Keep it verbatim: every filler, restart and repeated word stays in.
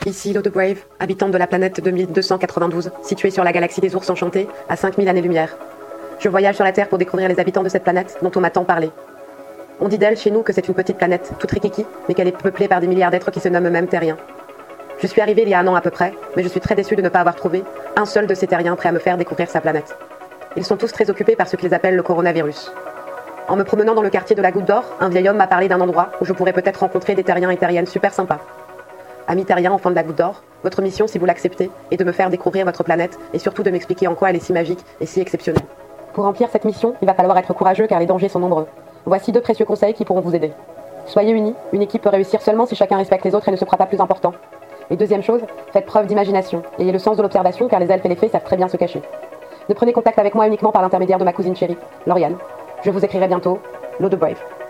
Ici, Lo de Brave, habitante de la planète deux mille deux cent quatre-vingt-douze, située sur la galaxie des Ours Enchantés, à cinq mille années-lumière. Je voyage sur la Terre pour découvrir les habitants de cette planète dont on m'a tant parlé. On dit d'elle chez nous que c'est une petite planète, toute rikiki, mais qu'elle est peuplée par des milliards d'êtres qui se nomment eux-mêmes terriens. Je suis arrivé il y a un an à peu près, mais je suis très déçu de ne pas avoir trouvé un seul de ces terriens prêt à me faire découvrir sa planète. Ils sont tous très occupés par ce qu'ils appellent le coronavirus. En me promenant dans le quartier de la Goutte d'Or, un vieil homme m'a parlé d'un endroit où je pourrais peut-être rencontrer des terriens et terriennes super sympas. Amis terriens, enfants de la Goutte d'Or, votre mission, si vous l'acceptez, est de me faire découvrir votre planète et surtout de m'expliquer en quoi elle est si magique et si exceptionnelle. Pour remplir cette mission, il va falloir être courageux car les dangers sont nombreux. Voici deux précieux conseils qui pourront vous aider. Soyez unis, une équipe peut réussir seulement si chacun respecte les autres et ne se croit pas plus important. Et deuxième chose, faites preuve d'imagination, ayez le sens de l'observation car les elfes et les fées savent très bien se cacher. Ne prenez contact avec moi uniquement par l'intermédiaire de ma cousine chérie, Lauriane. Je vous écrirai bientôt, Lo de Brave.